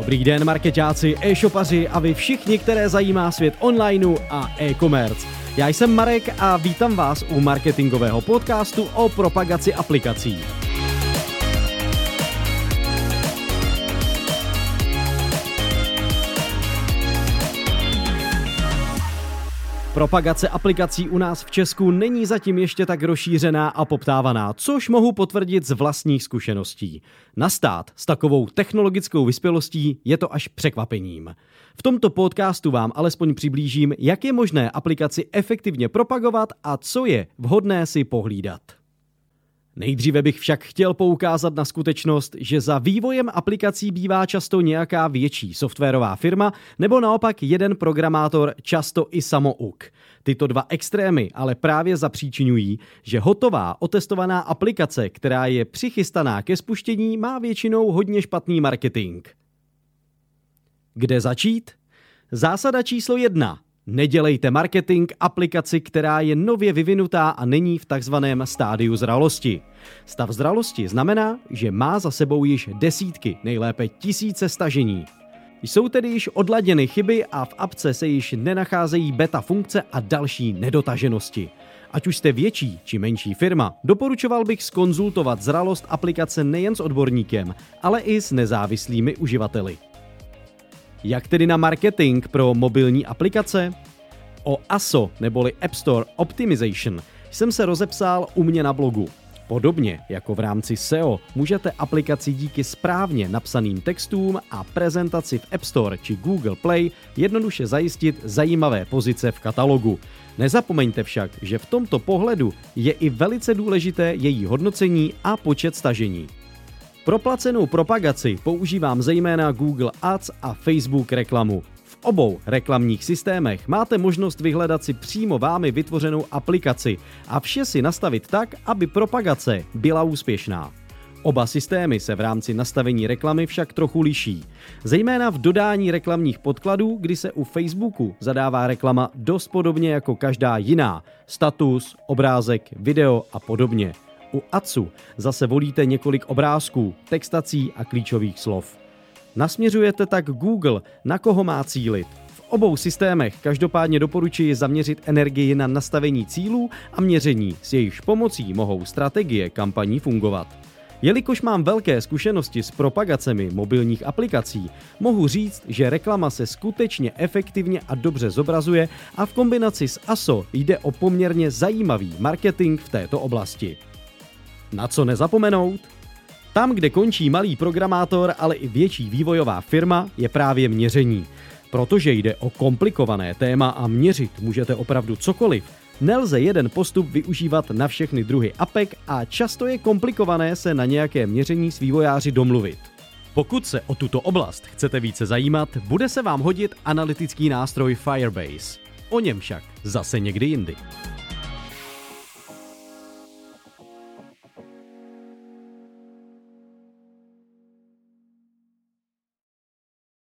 Dobrý den, markeťáci, e-shopaři a vy všichni, které zajímá svět onlineu a e-commerce. Já jsem Marek a vítám vás u marketingového podcastu o propagaci aplikací. Propagace aplikací u nás v Česku není zatím ještě tak rozšířená a poptávaná, což mohu potvrdit z vlastních zkušeností. Na stát s takovou technologickou vyspělostí je to až překvapením. V tomto podcastu vám alespoň přiblížím, jak je možné aplikaci efektivně propagovat a co je vhodné si pohlídat. Nejdříve bych však chtěl poukázat na skutečnost, že za vývojem aplikací bývá často nějaká větší softwarová firma nebo naopak jeden programátor, často i samouk. Tyto dva extrémy ale právě zapříčiňují, že hotová, otestovaná aplikace, která je přichystaná ke spuštění, má většinou hodně špatný marketing. Kde začít? Zásada číslo 1. Nedělejte marketing aplikaci, která je nově vyvinutá a není v takzvaném stádiu zralosti. Stav zralosti znamená, že má za sebou již desítky, nejlépe tisíce stažení. Jsou tedy již odladěny chyby a v apce se již nenacházejí beta funkce a další nedotaženosti. Ať už jste větší či menší firma, doporučoval bych zkonzultovat zralost aplikace nejen s odborníkem, ale i s nezávislými uživateli. Jak tedy na marketing pro mobilní aplikace? O ASO neboli App Store Optimization jsem se rozepsal u mě na blogu. Podobně jako v rámci SEO můžete aplikaci díky správně napsaným textům a prezentaci v App Store či Google Play jednoduše zajistit zajímavé pozice v katalogu. Nezapomeňte však, že v tomto pohledu je i velice důležité její hodnocení a počet stažení. Pro placenou propagaci používám zejména Google Ads a Facebook reklamu. V obou reklamních systémech máte možnost vyhledat si přímo vámi vytvořenou aplikaci a vše si nastavit tak, aby propagace byla úspěšná. Oba systémy se v rámci nastavení reklamy však trochu liší. Zejména v dodání reklamních podkladů, kdy se u Facebooku zadává reklama dost podobně jako každá jiná. Status, obrázek, video a podobně. U ADSu zase volíte několik obrázků, textací a klíčových slov. Nasměřujete tak Google, na koho má cílit. V obou systémech každopádně doporučuji zaměřit energii na nastavení cílů a měření, s jejichž pomocí mohou strategie kampaní fungovat. Jelikož mám velké zkušenosti s propagacemi mobilních aplikací, mohu říct, že reklama se skutečně efektivně a dobře zobrazuje a v kombinaci s ASO jde o poměrně zajímavý marketing v této oblasti. Na co nezapomenout? Tam, kde končí malý programátor, ale i větší vývojová firma, je právě měření. Protože jde o komplikované téma a měřit můžete opravdu cokoliv, nelze jeden postup využívat na všechny druhy apek a často je komplikované se na nějaké měření s vývojáři domluvit. Pokud se o tuto oblast chcete více zajímat, bude se vám hodit analytický nástroj Firebase. O něm však zase někdy jindy.